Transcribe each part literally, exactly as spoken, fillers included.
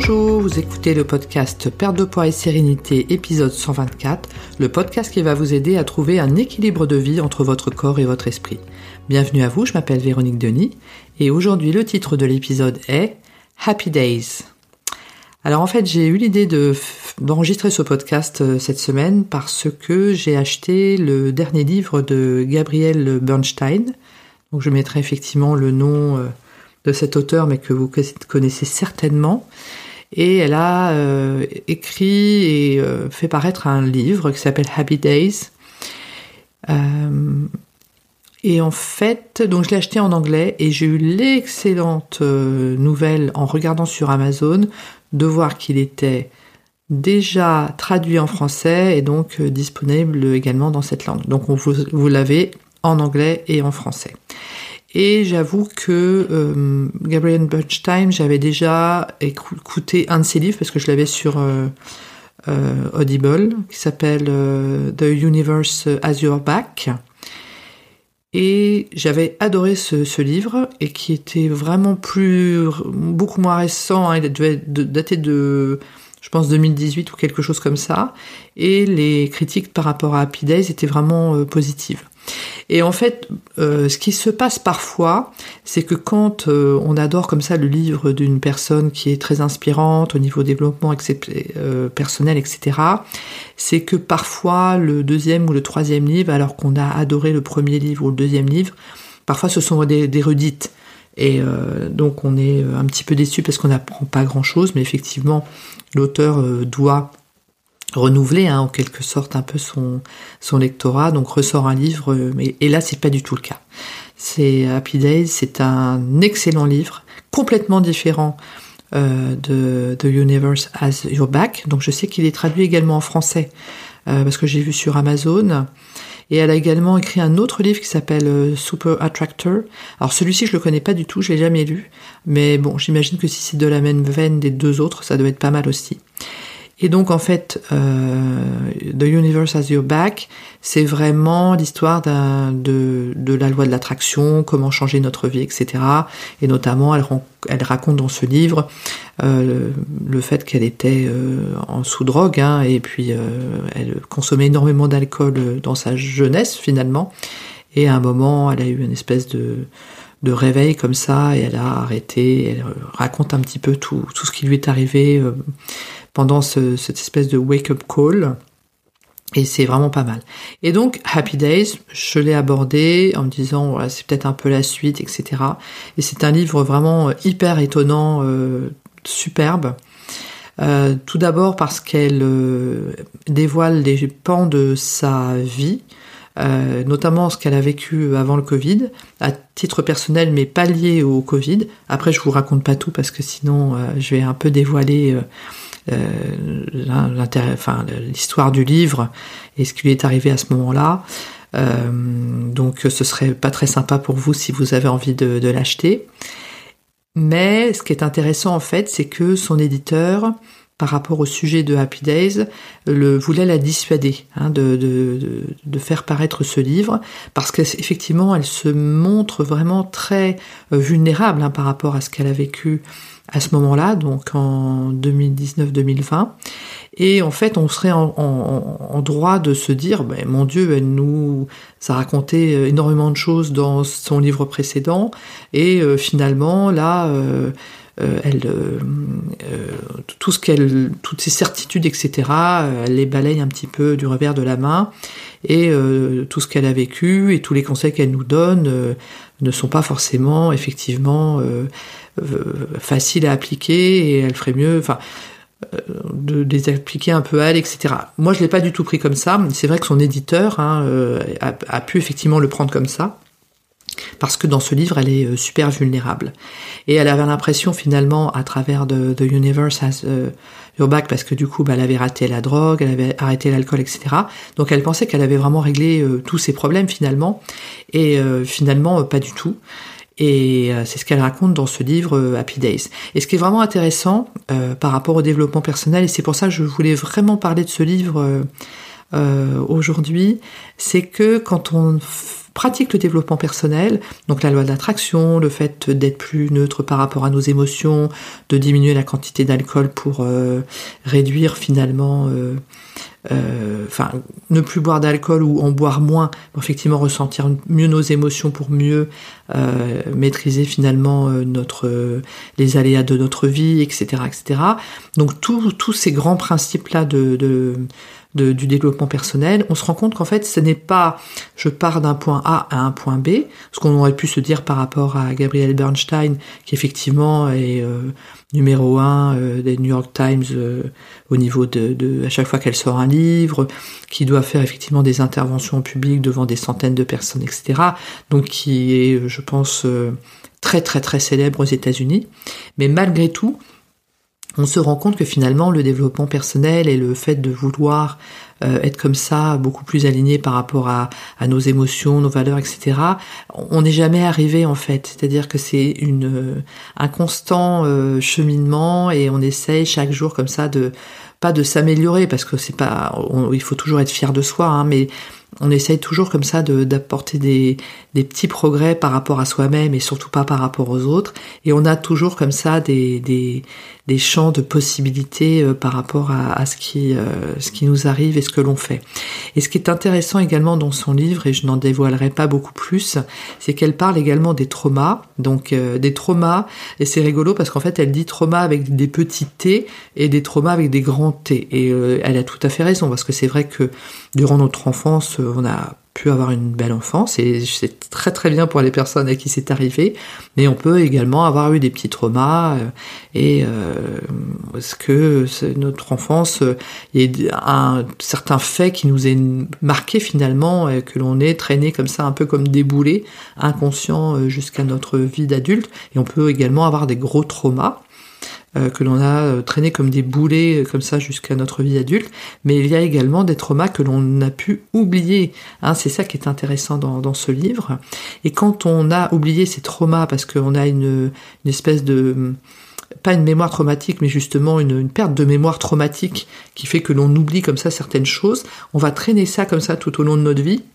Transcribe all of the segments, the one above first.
Bonjour, vous écoutez le podcast Perte de poids et sérénité, épisode cent vingt-quatre, le podcast qui va vous aider à trouver un équilibre de vie entre votre corps et votre esprit. Bienvenue à vous, je m'appelle Véronique Denis, et aujourd'hui le titre de l'épisode est Happy Days. Alors en fait, j'ai eu l'idée de, d'enregistrer ce podcast euh, cette semaine parce que j'ai acheté le dernier livre de Gabrielle Bernstein. Donc je mettrai effectivement le nom euh, de cet auteur, mais que vous connaissez certainement. Et elle a euh, écrit et euh, fait paraître un livre qui s'appelle Happy Days. Euh, et en fait, donc je l'ai acheté en anglais et j'ai eu l'excellente euh, nouvelle en regardant sur Amazon de voir qu'il était déjà traduit en français et donc euh, disponible également dans cette langue. Donc on vous, vous l'avez en anglais et en français. Et j'avoue que euh, Gabrielle Bernstein, j'avais déjà écouté un de ses livres parce que je l'avais sur euh, euh, Audible, qui s'appelle euh, The Universe Has Your Back. Et j'avais adoré ce, ce livre et qui était vraiment plus, beaucoup moins récent. Hein, il devait dater de, je pense, deux mille dix-huit ou quelque chose comme ça. Et les critiques par rapport à Happy Days étaient vraiment euh, positives. Et en fait, euh, ce qui se passe parfois, c'est que quand euh, on adore comme ça le livre d'une personne qui est très inspirante au niveau développement euh, personnel, et cetera, c'est que parfois le deuxième ou le troisième livre, alors qu'on a adoré le premier livre ou le deuxième livre, parfois ce sont des, des redites. Et euh, donc on est un petit peu déçu parce qu'on n'apprend pas grand-chose, mais effectivement, l'auteur euh, doit renouveler hein, en quelque sorte un peu son son lectorat, donc ressort un livre, mais et là c'est pas du tout le cas. C'est Happy Days, c'est un excellent livre, complètement différent euh, de The Universe Has Your Back. Donc je sais qu'il est traduit également en français euh, parce que j'ai vu sur Amazon. Et elle a également écrit un autre livre qui s'appelle euh, Super Attractor. Alors celui-ci je le connais pas du tout, je l'ai jamais lu, mais bon j'imagine que si c'est de la même veine des deux autres, ça doit être pas mal aussi. Et donc en fait, euh, The Universe Has Your Back, c'est vraiment l'histoire d'un, de, de la loi de l'attraction, comment changer notre vie, et cetera. Et notamment, elle, elle raconte dans ce livre euh, le, le fait qu'elle était euh, en sous-drogue, hein, et puis euh, elle consommait énormément d'alcool dans sa jeunesse finalement. Et à un moment, elle a eu une espèce de, de réveil comme ça, et elle a arrêté. Elle raconte un petit peu tout, tout ce qui lui est arrivé euh, pendant ce, cette espèce de wake-up call, et c'est vraiment pas mal. Et donc, Happy Days, je l'ai abordé en me disant, voilà, c'est peut-être un peu la suite, et cetera. Et c'est un livre vraiment hyper étonnant, euh, superbe. Euh, tout d'abord parce qu'elle euh, dévoile des pans de sa vie, Euh, notamment ce qu'elle a vécu avant le Covid, à titre personnel, mais pas lié au Covid. Après, je vous raconte pas tout parce que sinon, euh, je vais un peu dévoiler euh, euh, enfin, l'histoire du livre et ce qui lui est arrivé à ce moment-là. Euh, donc, ce serait pas très sympa pour vous si vous avez envie de, de l'acheter. Mais ce qui est intéressant en fait, c'est que son éditeur, par rapport au sujet de Happy Days, le, voulait la dissuader hein, de, de, de, de faire paraître ce livre, parce qu'effectivement, elle se montre vraiment très euh, vulnérable hein, par rapport à ce qu'elle a vécu à ce moment-là, donc en deux mille dix-neuf deux mille vingt. Et en fait, on serait en, en, en droit de se dire, ben, mon Dieu, elle nous a raconté énormément de choses dans son livre précédent, et euh, finalement, là... Euh, Euh, elle, euh, euh, tout ce qu'elle, toutes ses certitudes, et cetera, elle les balaye un petit peu du revers de la main, et euh, tout ce qu'elle a vécu et tous les conseils qu'elle nous donne euh, ne sont pas forcément effectivement euh, euh, faciles à appliquer, et elle ferait mieux, enfin, euh, de, de les appliquer un peu à elle, et cetera. Moi, je l'ai pas du tout pris comme ça. C'est vrai que son éditeur hein, euh, a, a pu effectivement le prendre comme ça, parce que dans ce livre, elle est super vulnérable. Et elle avait l'impression, finalement, à travers de, The Universe Has uh, Your Back, parce que du coup, bah, elle avait raté la drogue, elle avait arrêté l'alcool, et cetera. Donc elle pensait qu'elle avait vraiment réglé euh, tous ses problèmes, finalement. Et euh, finalement, euh, pas du tout. Et euh, c'est ce qu'elle raconte dans ce livre euh, Happy Days. Et ce qui est vraiment intéressant euh, par rapport au développement personnel, et c'est pour ça que je voulais vraiment parler de ce livre... Euh, euh, aujourd'hui, c'est que quand on f- pratique le développement personnel, donc la loi de l'attraction, le fait d'être plus neutre par rapport à nos émotions, de diminuer la quantité d'alcool pour euh, réduire finalement, euh, euh, enfin ne plus boire d'alcool ou en boire moins, pour effectivement ressentir mieux nos émotions pour mieux euh, maîtriser finalement euh, notre euh, les aléas de notre vie, et cetera, et cetera. Donc tous ces grands principes-là de, de De, du développement personnel, on se rend compte qu'en fait, ce n'est pas je pars d'un point A à un point B, ce qu'on aurait pu se dire par rapport à Gabrielle Bernstein, qui effectivement est euh, numéro un euh, des New York Times euh, au niveau de, de, à chaque fois qu'elle sort un livre, qui doit faire effectivement des interventions en public devant des centaines de personnes, et cetera. Donc qui est, je pense, euh, très très très célèbre aux États-Unis. Mais malgré tout, on se rend compte que finalement le développement personnel et le fait de vouloir euh, être comme ça, beaucoup plus aligné par rapport à, à nos émotions, nos valeurs, et cetera, on n'est jamais arrivé en fait. C'est-à-dire que c'est une un constant euh, cheminement et on essaye chaque jour comme ça de pas de s'améliorer parce que c'est pas, on, il faut toujours être fier de soi, hein, mais on essaye toujours comme ça de, d'apporter des, des petits progrès par rapport à soi-même et surtout pas par rapport aux autres. Et on a toujours comme ça des, des, des champs de possibilités euh, par rapport à, à ce qui, euh, ce qui nous arrive et ce que l'on fait. Et ce qui est intéressant également dans son livre, et je n'en dévoilerai pas beaucoup plus, c'est qu'elle parle également des traumas. Donc euh, des traumas, et c'est rigolo parce qu'en fait elle dit trauma avec des petits T et des traumas avec des grands T. Et euh, elle a tout à fait raison parce que c'est vrai que durant notre enfance, on a pu avoir une belle enfance et c'est très très bien pour les personnes à qui c'est arrivé, mais on peut également avoir eu des petits traumas euh, et euh, est-ce que c'est notre enfance, il y a un certain fait qui nous est marqué finalement, euh, que l'on est traîné comme ça un peu comme des boulets inconscients euh, jusqu'à notre vie d'adulte, et on peut également avoir des gros traumas Euh, que l'on a euh, traîné comme des boulets euh, comme ça jusqu'à notre vie adulte, mais il y a également des traumas que l'on a pu oublier, hein, c'est ça qui est intéressant dans, dans ce livre. Et quand on a oublié ces traumas parce qu'on a une, une espèce de, pas une mémoire traumatique, mais justement une, une perte de mémoire traumatique qui fait que l'on oublie comme ça certaines choses, on va traîner ça comme ça tout au long de notre vie,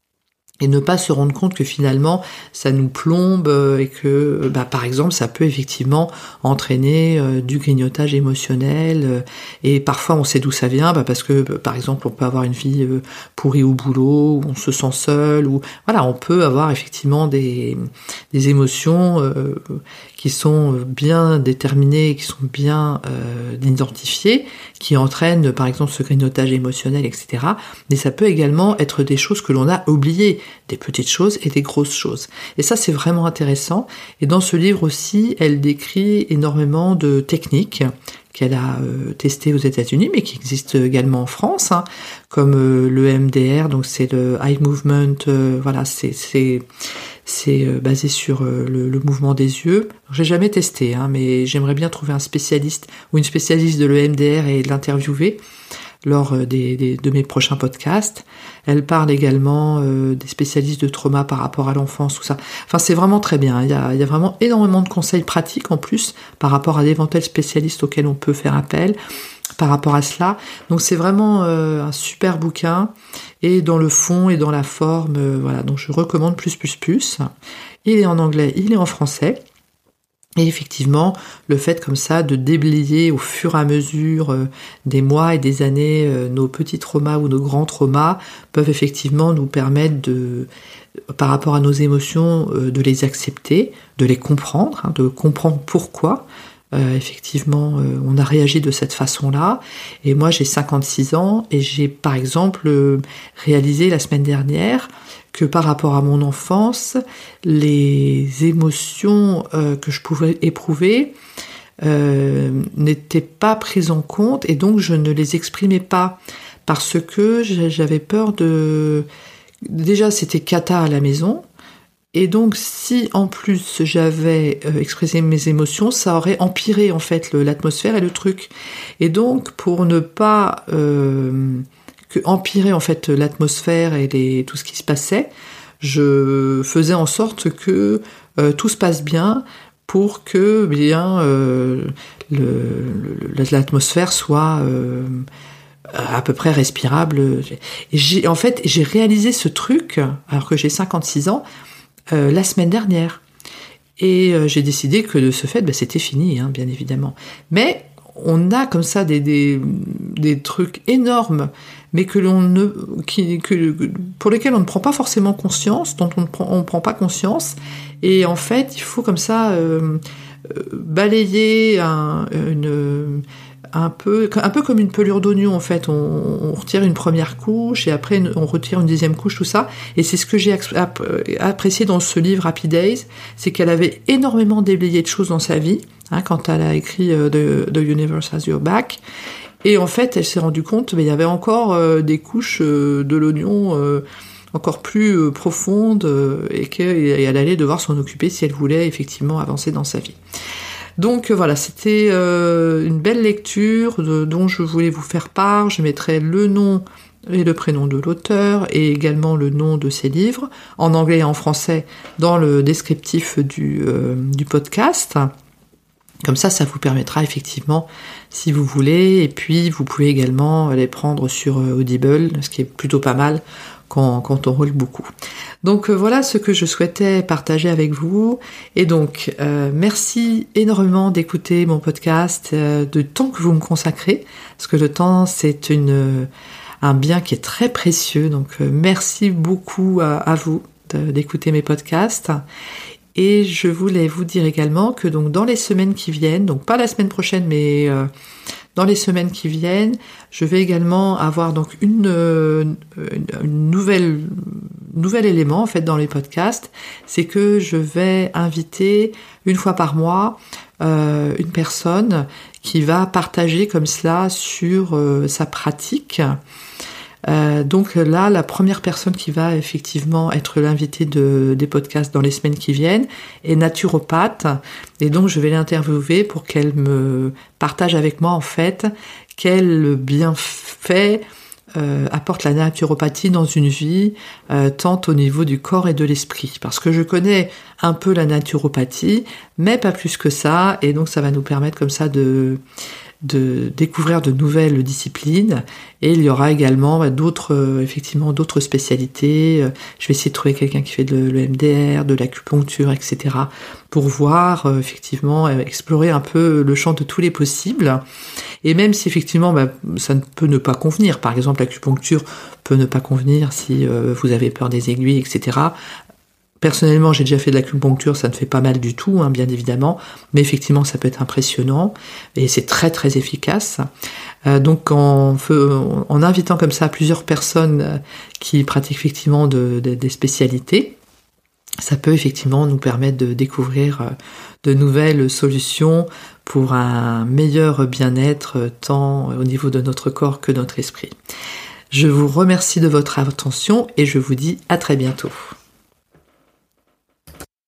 et ne pas se rendre compte que finalement ça nous plombe et que bah, par exemple ça peut effectivement entraîner euh, du grignotage émotionnel euh, et parfois on sait d'où ça vient bah, parce que par exemple on peut avoir une vie euh, pourrie au boulot, où on se sent seul, ou voilà, on peut avoir effectivement des, des émotions euh, qui sont bien déterminées, qui sont bien euh, identifiées, qui entraînent par exemple ce grignotage émotionnel, et cetera. Mais ça peut également être des choses que l'on a oubliées, des petites choses et des grosses choses. Et ça, c'est vraiment intéressant. Et dans ce livre aussi, elle décrit énormément de techniques qu'elle a euh, testées aux États-Unis, mais qui existent également en France, hein, comme euh, le E M D R, donc c'est le Eye Movement, euh, voilà, c'est c'est c'est euh, basé sur euh, le, le mouvement des yeux. J'ai jamais testé, hein, mais j'aimerais bien trouver un spécialiste ou une spécialiste de l'E M D R et l'interviewer lors des, des, de mes prochains podcasts. Elle parle également euh, des spécialistes de trauma par rapport à l'enfance, tout ça. Enfin, c'est vraiment très bien. Il y a, il y a vraiment énormément de conseils pratiques en plus par rapport à d'éventuels spécialistes auxquels on peut faire appel par rapport à cela. Donc c'est vraiment euh, un super bouquin, et dans le fond et dans la forme, euh, voilà. Donc je recommande plus, plus, plus. Il est en anglais, il est en français. Et effectivement, le fait comme ça de déblayer au fur et à mesure euh, des mois et des années euh, nos petits traumas ou nos grands traumas peuvent effectivement nous permettre de, par rapport à nos émotions, euh, de les accepter, de les comprendre, hein, de comprendre pourquoi euh, effectivement euh, on a réagi de cette façon-là. Et moi j'ai cinquante-six ans et j'ai par exemple euh, réalisé la semaine dernière que par rapport à mon enfance, les émotions euh, que je pouvais éprouver euh, n'étaient pas prises en compte, et donc je ne les exprimais pas parce que j'avais peur de... Déjà c'était cata à la maison, et donc si en plus j'avais euh, exprimé mes émotions, ça aurait empiré en fait le, l'atmosphère et le truc. Et donc pour ne pas... Euh, que empirer en fait l'atmosphère et les, tout ce qui se passait, je faisais en sorte que euh, tout se passe bien pour que bien euh, le, le, l'atmosphère soit euh, à peu près respirable. Et j'ai, en fait, j'ai réalisé ce truc, alors que j'ai cinquante-six ans, euh, la semaine dernière. Et euh, j'ai décidé que de ce fait, bah, c'était fini, hein, bien évidemment. Mais on a comme ça des, des, des trucs énormes, mais que l'on ne, qui, que, pour lesquels on ne prend pas forcément conscience, dont on ne prend, on prend pas conscience. Et en fait, il faut comme ça euh, euh, balayer un, une, un peu, un peu comme une pelure d'oignon en fait. On, on retire une première couche et après on retire une deuxième couche, tout ça. Et c'est ce que j'ai apprécié dans ce livre Happy Days, c'est qu'elle avait énormément déblayé de choses dans sa vie. Hein, quand elle a écrit euh, The, The Universe Has Your Back. Et en fait, elle s'est rendue compte qu'il y avait encore euh, des couches euh, de l'oignon euh, encore plus euh, profondes euh, et qu'elle allait devoir s'en occuper si elle voulait effectivement avancer dans sa vie. Donc euh, voilà, c'était euh, une belle lecture de, dont je voulais vous faire part. Je mettrai le nom et le prénom de l'auteur et également le nom de ses livres, en anglais et en français, dans le descriptif du, euh, du podcast. Comme ça, ça vous permettra effectivement, si vous voulez, et puis vous pouvez également les prendre sur Audible, ce qui est plutôt pas mal quand, quand on roule beaucoup. Donc euh, voilà ce que je souhaitais partager avec vous. Et donc, euh, merci énormément d'écouter mon podcast, euh, de temps que vous me consacrez, parce que le temps, c'est une, un bien qui est très précieux. Donc euh, merci beaucoup à, à vous de, d'écouter mes podcasts. Et je voulais vous dire également que donc dans les semaines qui viennent, donc pas la semaine prochaine, mais euh, dans les semaines qui viennent, je vais également avoir donc une, euh, une nouvelle nouvel élément en fait dans les podcasts, c'est que je vais inviter une fois par mois euh, une personne qui va partager comme cela sur euh, sa pratique. Euh, donc là, la première personne qui va effectivement être l'invitée de, des podcasts dans les semaines qui viennent est naturopathe, et donc je vais l'interviewer pour qu'elle me partage avec moi en fait quel bienfait euh, apporte la naturopathie dans une vie, euh, tant au niveau du corps et de l'esprit. Parce que je connais un peu la naturopathie, mais pas plus que ça, et donc ça va nous permettre comme ça de de découvrir de nouvelles disciplines, et il y aura également bah, d'autres euh, effectivement d'autres spécialités. Je vais essayer de trouver quelqu'un qui fait de l'E M D R, de l'acupuncture, et cetera pour voir euh, effectivement euh, explorer un peu le champ de tous les possibles. Et même si effectivement bah, ça ne peut ne pas convenir, par exemple l'acupuncture peut ne pas convenir si euh, vous avez peur des aiguilles, et cetera. Personnellement, j'ai déjà fait de l'acupuncture, ça ne fait pas mal du tout, hein, bien évidemment, mais effectivement, ça peut être impressionnant et c'est très très efficace. Euh, donc, en, en invitant comme ça plusieurs personnes qui pratiquent effectivement de, de, des spécialités, ça peut effectivement nous permettre de découvrir de nouvelles solutions pour un meilleur bien-être, tant au niveau de notre corps que de notre esprit. Je vous remercie de votre attention et je vous dis à très bientôt.